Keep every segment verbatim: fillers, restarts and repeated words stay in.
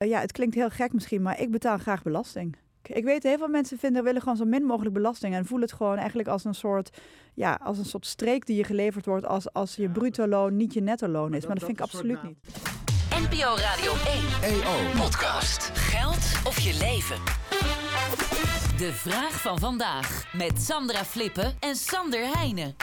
Uh, ja, het klinkt heel gek misschien, maar ik betaal graag belasting. Ik weet, heel veel mensen vinden, willen gewoon zo min mogelijk belasting en voelen het gewoon eigenlijk als een soort, ja, als een soort streek die je geleverd wordt als, als je bruto loon niet je netto loon is. Maar dat vind ik absoluut niet. N P O Radio één. E O Podcast. Geld of je leven? De vraag van vandaag met Sandra Flippen en Sander Heijnen.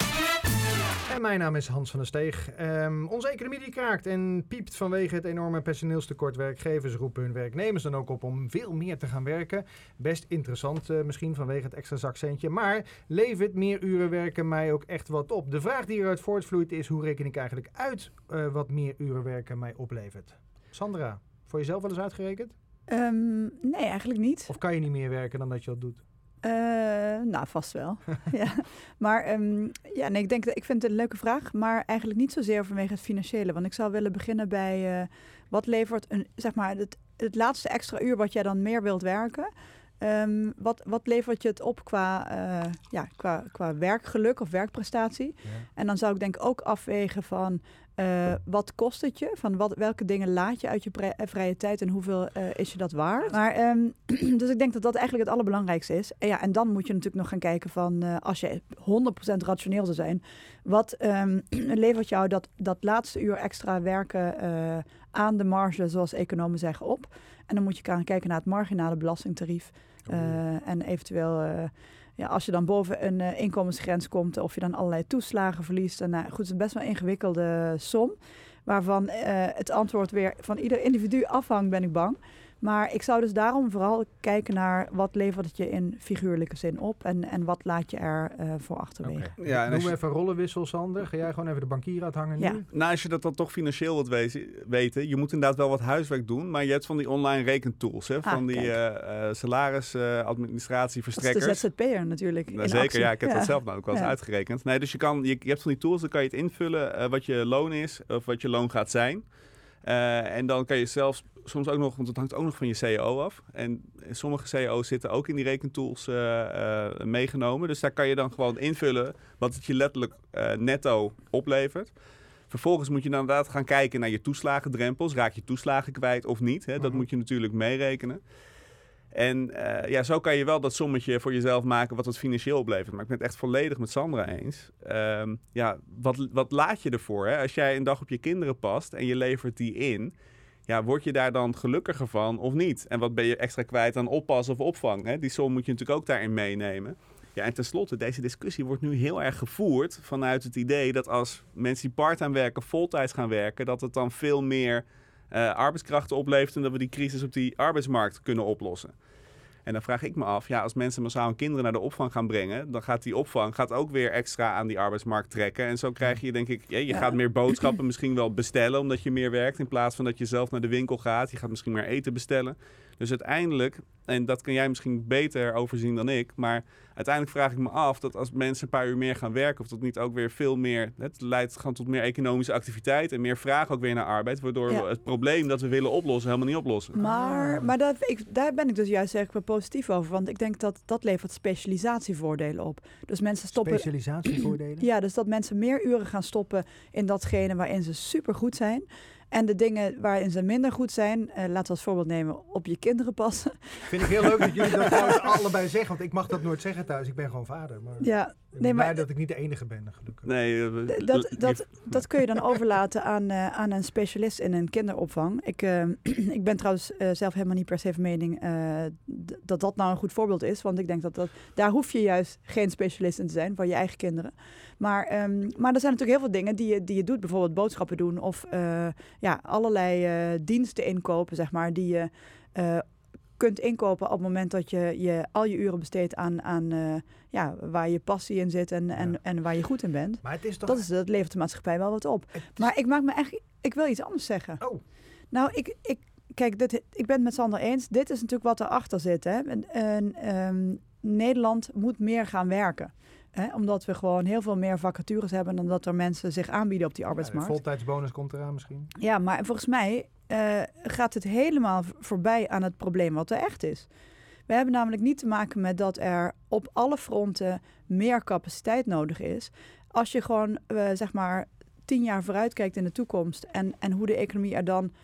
En mijn naam is Hans van der Steeg. Um, onze economie die kraakt en piept vanwege het enorme personeelstekort. Werkgevers roepen hun werknemers dan ook op om veel meer te gaan werken. Best interessant uh, misschien vanwege het extra zakcentje. Maar levert meer uren werken mij ook echt wat op? De vraag die eruit voortvloeit is: hoe reken ik eigenlijk uit uh, wat meer uren werken mij oplevert? Sandra, voor jezelf wel eens uitgerekend? Um, nee, eigenlijk niet. Of kan je niet meer werken dan dat je dat doet? Uh, nou, vast wel. ja. Maar um, ja, nee, ik, denk dat, ik vind het een leuke vraag, maar eigenlijk niet zozeer vanwege het financiële. Want ik zou willen beginnen bij uh, wat levert een, zeg maar, het, het laatste extra uur wat jij dan meer wilt werken. Um, wat, wat levert je het op qua, uh, ja, qua, qua werkgeluk of werkprestatie? Ja. En dan zou ik denk ik ook afwegen van uh, wat kost het je? Van wat, welke dingen laat je uit je pre- vrije tijd en hoeveel uh, is je dat waard? Maar, um, dus ik denk dat dat eigenlijk het allerbelangrijkste is. En, ja, en dan moet je natuurlijk nog gaan kijken van uh, als je honderd procent rationeel zou zijn, wat um, levert jou dat, dat laatste uur extra werken uh, aan de marge, zoals economen zeggen, op? En dan moet je gaan kijken naar het marginale belastingtarief. Uh, en eventueel, uh, ja, als je dan boven een uh, inkomensgrens komt, of je dan allerlei toeslagen verliest. En, uh, goed, het is best wel een ingewikkelde som, waarvan uh, het antwoord weer van ieder individu afhangt, ben ik bang. Maar ik zou dus daarom vooral kijken naar wat levert het je in figuurlijke zin op en, en wat laat je er uh, voor achterwege. Okay. Ja, Noem je... even rollenwissel, Sander. Ga jij gewoon even de bankier uithangen ja. nu? Nou, als je dat dan toch financieel wilt wezen, weten, je moet inderdaad wel wat huiswerk doen, maar je hebt van die online rekentools, hè, van ah, die uh, uh, salaris, uh, administratie, verstrekkers. Dat is de Z Z P'er natuurlijk. Nou, zeker, actie. ja, ik heb ja. dat zelf nou ook wel eens ja. uitgerekend. Nee, dus je, kan, je, je hebt van die tools, dan kan je het invullen uh, wat je loon is, of wat je loon gaat zijn. Uh, en dan kan je zelfs soms ook nog, want het hangt ook nog van je C A O af. En sommige C A O's zitten ook in die rekentools uh, uh, meegenomen. Dus daar kan je dan gewoon invullen wat het je letterlijk uh, netto oplevert. Vervolgens moet je dan inderdaad gaan kijken naar je toeslagendrempels. Raak je toeslagen kwijt of niet? Hè? Dat mm-hmm. moet je natuurlijk meerekenen. En uh, ja, zo kan je wel dat sommetje voor jezelf maken wat het financieel oplevert. Maar ik ben het echt volledig met Sandra eens. Um, ja, wat, wat laat je ervoor? Hè? Als jij een dag op je kinderen past en je levert die in, ja, word je daar dan gelukkiger van of niet? En wat ben je extra kwijt aan oppas of opvang? Hè? Die som moet je natuurlijk ook daarin meenemen. Ja, en tenslotte, deze discussie wordt nu heel erg gevoerd vanuit het idee dat als mensen die part-time werken, voltijds gaan werken, dat het dan veel meer uh, arbeidskrachten oplevert en dat we die crisis op die arbeidsmarkt kunnen oplossen. En dan vraag ik me af, ja, als mensen massaal hun kinderen naar de opvang gaan brengen, dan gaat die opvang gaat ook weer extra aan die arbeidsmarkt trekken. En zo krijg je, denk ik, ja, je ja. gaat meer boodschappen misschien wel bestellen, omdat je meer werkt, in plaats van dat je zelf naar de winkel gaat. Je gaat misschien meer eten bestellen. Dus uiteindelijk, en dat kan jij misschien beter overzien dan ik, maar uiteindelijk vraag ik me af dat als mensen een paar uur meer gaan werken, of dat niet ook weer veel meer, het leidt gewoon tot meer economische activiteit en meer vraag ook weer naar arbeid, waardoor ja. we het probleem dat we willen oplossen helemaal niet oplossen. Maar, maar dat, ik, daar ben ik dus juist eigenlijk wel positief over, want ik denk dat dat levert specialisatievoordelen op. Dus mensen stoppen. Specialisatievoordelen? Ja, dus dat mensen meer uren gaan stoppen in datgene waarin ze supergoed zijn. En de dingen waarin ze minder goed zijn, uh, laten we als voorbeeld nemen, op je kinderen passen. Vind ik heel leuk dat jullie dat trouwens allebei zeggen, want ik mag dat nooit zeggen thuis. Ik ben gewoon vader. Maar ja, ik ben blij dat ik niet de enige ben, gelukkig. Nee, uh, d- dat, dat, dat kun je dan overlaten aan, uh, aan een specialist in een kinderopvang. Ik, uh, ik ben trouwens uh, zelf helemaal niet per se van mening uh, d- dat dat nou een goed voorbeeld is. Want ik denk dat, dat daar hoef je juist geen specialist in te zijn voor je eigen kinderen. Maar, um, maar er zijn natuurlijk heel veel dingen die je, die je doet. Bijvoorbeeld boodschappen doen of uh, ja, allerlei uh, diensten inkopen, zeg maar, die je uh, kunt inkopen op het moment dat je, je al je uren besteedt aan, aan uh, ja, waar je passie in zit en, ja. en, en waar je goed in bent. Maar het is toch... dat, is, dat levert de maatschappij wel wat op. Is... Maar ik maak me echt, ik wil iets anders zeggen. Oh. Nou, ik, ik, kijk, dit, ik ben het met Sander eens. Dit is natuurlijk wat erachter zit. Hè. En, en, um, Nederland moet meer gaan werken. Hè, omdat we gewoon heel veel meer vacatures hebben dan dat er mensen zich aanbieden op die arbeidsmarkt. Ja, de voltijdsbonus komt eraan misschien. Ja, maar volgens mij uh, gaat het helemaal voorbij aan het probleem wat er echt is. We hebben namelijk niet te maken met dat er op alle fronten meer capaciteit nodig is. Als je gewoon, uh, zeg maar, tien jaar vooruit kijkt in de toekomst en, en hoe de economie er dan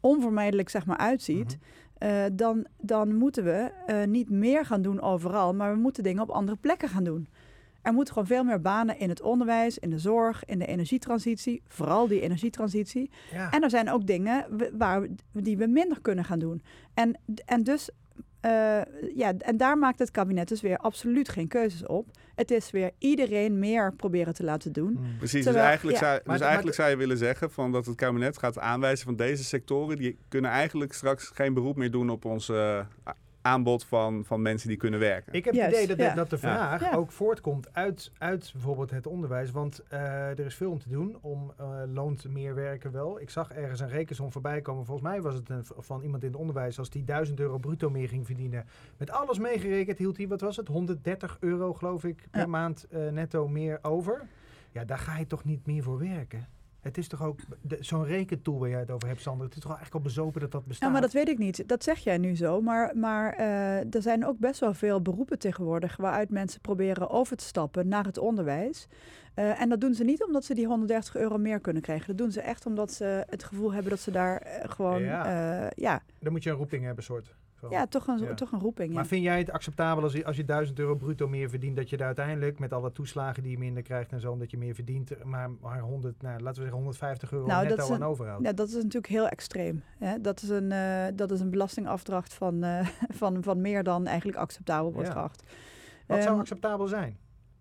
onvermijdelijk zeg maar uitziet, Mm-hmm. uh, dan, dan moeten we uh, niet meer gaan doen overal, maar we moeten dingen op andere plekken gaan doen. Er moeten gewoon veel meer banen in het onderwijs, in de zorg, in de energietransitie. Vooral die energietransitie. Ja. En er zijn ook dingen waar we, die we minder kunnen gaan doen. En, en dus, uh, ja, en daar maakt het kabinet dus weer absoluut geen keuzes op. Het is weer iedereen meer proberen te laten doen. Mm. Precies, Terwijl, dus eigenlijk, ja. zou, Maar- dus maar- eigenlijk zou je willen zeggen van dat het kabinet gaat aanwijzen van deze sectoren, die kunnen eigenlijk straks geen beroep meer doen op ons uh, aanbod van, van mensen die kunnen werken. Ik heb Juist, het idee dat, ja. dat de vraag Ja. ook voortkomt uit, uit bijvoorbeeld het onderwijs. Want uh, er is veel om te doen om uh, loont meer werken wel. Ik zag ergens een rekensom voorbij komen. Volgens mij was het een, van iemand in het onderwijs. Als die duizend euro bruto meer ging verdienen. Met alles meegerekend hield hij, wat was het? honderddertig euro geloof ik per Ja. maand uh, netto meer over. Ja, daar ga je toch niet meer voor werken? Het is toch ook de- zo'n rekentool waar jij het over hebt, Sander. Het is toch eigenlijk al bezopen dat dat bestaat? Ja, maar dat weet ik niet. Dat zeg jij nu zo. Maar, maar uh, er zijn ook best wel veel beroepen tegenwoordig waaruit mensen proberen over te stappen naar het onderwijs. Uh, en dat doen ze niet omdat ze die honderddertig euro meer kunnen krijgen. Dat doen ze echt omdat ze het gevoel hebben dat ze daar uh, gewoon, Ja. ja, uh, ja, Dan moet je een roeping hebben, soort. Van. ja, toch, een, Ja. toch een roeping. Maar Ja. vind jij het acceptabel als je, als je duizend euro bruto meer verdient, dat je daar uiteindelijk met alle toeslagen die je minder krijgt en zo, omdat je meer verdient, maar, maar honderd, nou, laten we zeggen honderdvijftig euro Nou, dat netto is aan overhoudt? Ja, dat is natuurlijk heel extreem. Hè? Dat, is een, uh, dat is een belastingafdracht van, uh, van, van meer dan eigenlijk acceptabel wordt Ja. geacht. Wat zou Um, acceptabel zijn?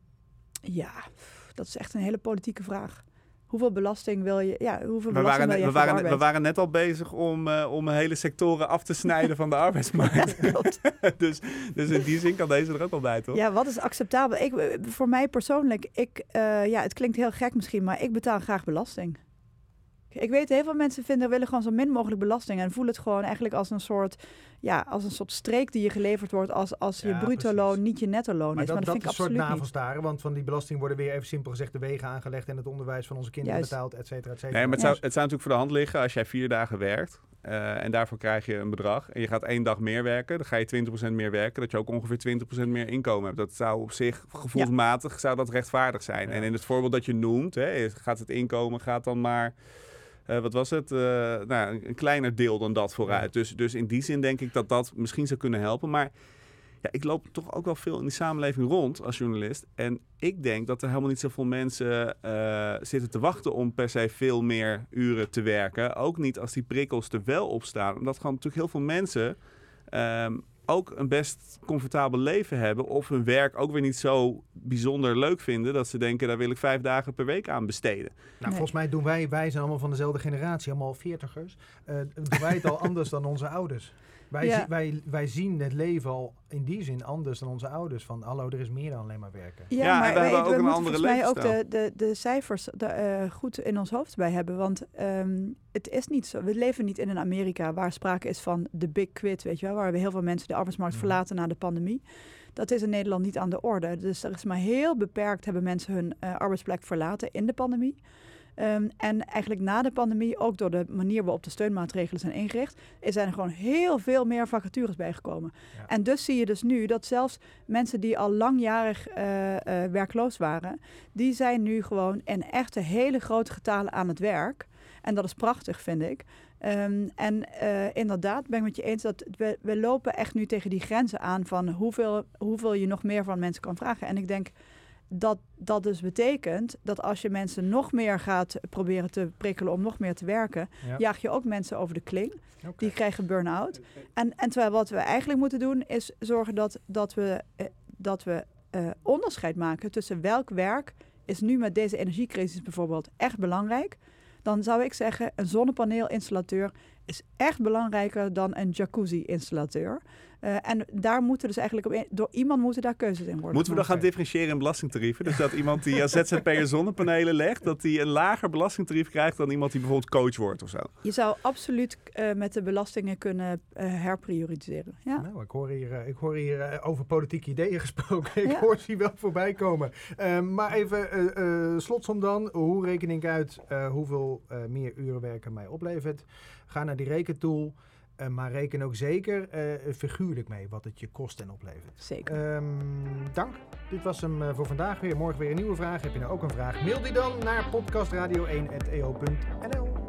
Ja, pff, dat is echt een hele politieke vraag. Hoeveel belasting wil je? Ja, hoeveel We belasting waren, wil je we, voor waren, arbeid? we waren net al bezig om, uh, om hele sectoren af te snijden van de arbeidsmarkt. Ja, klopt. dus, dus in die zin kan deze er ook wel bij, toch? Ja, wat is acceptabel? Ik, voor mij persoonlijk, ik, uh, ja, het klinkt heel gek misschien, maar ik betaal graag belasting. Ik weet, heel veel mensen vinden, willen gewoon zo min mogelijk belasting en voelen het gewoon eigenlijk als een soort, ja, als een soort streek die je geleverd wordt als, als je Ja, bruto precies. loon niet je netto loon Maar is. dat, Maar dat, dat vind is ik een soort absoluut niet. navelstaren, want van die belasting worden weer even simpel gezegd de wegen aangelegd en het onderwijs van onze kinderen Juist. betaald, et cetera, et cetera. Nee, maar het Ja. zou, het zou natuurlijk voor de hand liggen als jij vier dagen werkt uh, en daarvoor krijg je een bedrag en je gaat één dag meer werken, dan ga je twintig procent meer werken, dat je ook ongeveer twintig procent meer inkomen hebt. Dat zou op zich gevoelsmatig zou dat rechtvaardig zijn. Ja. En in het voorbeeld dat je noemt, hè, gaat het inkomen gaat dan maar... Uh, wat was het? Uh, nou, een kleiner deel dan dat vooruit. Ja. Dus, dus in die zin denk ik dat dat misschien zou kunnen helpen. Maar ja, ik loop toch ook wel veel in die samenleving rond als journalist. En ik denk dat er helemaal niet zoveel mensen uh, zitten te wachten om per se veel meer uren te werken. Ook niet als die prikkels er wel op staan. Omdat gewoon natuurlijk heel veel mensen um, ook een best comfortabel leven hebben. Of hun werk ook weer niet zo bijzonder leuk vinden. Dat ze denken, daar wil ik vijf dagen per week aan besteden. Nou, Nee. volgens mij doen wij, wij zijn allemaal van dezelfde generatie, allemaal veertigers, uh, doen wij het al anders dan onze ouders. Wij, Ja. zi- wij, wij zien het leven al in die zin anders dan onze ouders. Van, hallo, er is meer dan alleen maar werken. Ja, Ja, en maar we hebben ook een moeten andere volgens mij ook de, levensstijl. de, de cijfers er, uh, goed in ons hoofd bij hebben. Want um, het is niet zo. We leven niet in een Amerika waar sprake is van de big quit, weet je wel. Waar we heel veel mensen de arbeidsmarkt Mhm. verlaten na de pandemie. Dat is in Nederland niet aan de orde. Dus er is maar heel beperkt hebben mensen hun uh, arbeidsplek verlaten in de pandemie. Um, en eigenlijk na de pandemie, ook door de manier waarop de steunmaatregelen zijn ingericht, er zijn er gewoon heel veel meer vacatures bijgekomen. Ja. En dus zie je dus nu dat zelfs mensen die al langjarig uh, uh, werkloos waren, die zijn nu gewoon in echte hele grote getalen aan het werk. En dat is prachtig, vind ik. Um, en uh, inderdaad, ben ik met je eens dat we, we lopen echt nu tegen die grenzen aan van hoeveel, hoeveel je nog meer van mensen kan vragen. En ik denk dat dat dus betekent dat als je mensen nog meer gaat proberen te prikkelen om nog meer te werken, Ja. jaag je ook mensen over de kling. Oké. Die krijgen burn-out. En, en terwijl wat we eigenlijk moeten doen is zorgen dat, dat we, eh, dat we uh, onderscheid maken tussen welk werk is nu met deze energiecrisis bijvoorbeeld echt belangrijk. Dan zou ik zeggen, een zonnepaneelinstallateur is echt belangrijker dan een jacuzzi-installateur. Uh, en daar moeten dus eigenlijk op in, door iemand moeten daar keuzes in worden. Moeten we dan gaan Oké. differentiëren in belastingtarieven? Dus dat iemand die als Z Z P'er zonnepanelen legt, dat die een lager belastingtarief krijgt dan iemand die bijvoorbeeld coach wordt of zo. Je zou absoluut uh, met de belastingen kunnen uh, herprioriseren. Ja. Nou, ik hoor hier, uh, ik hoor hier uh, over politieke ideeën gesproken. Ik Ja. hoor ze wel voorbij komen. Uh, maar even uh, uh, slotsom dan. Hoe reken ik uit uh, hoeveel uh, meer uren werken mij oplevert? Ga naar die rekentool. Uh, maar reken ook zeker uh, figuurlijk mee wat het je kost en oplevert. Zeker. Um, dank. Dit was hem uh, voor vandaag weer. Morgen weer een nieuwe vraag. Heb je nou ook een vraag? Mail die dan naar podcastradio één punt e o punt n l.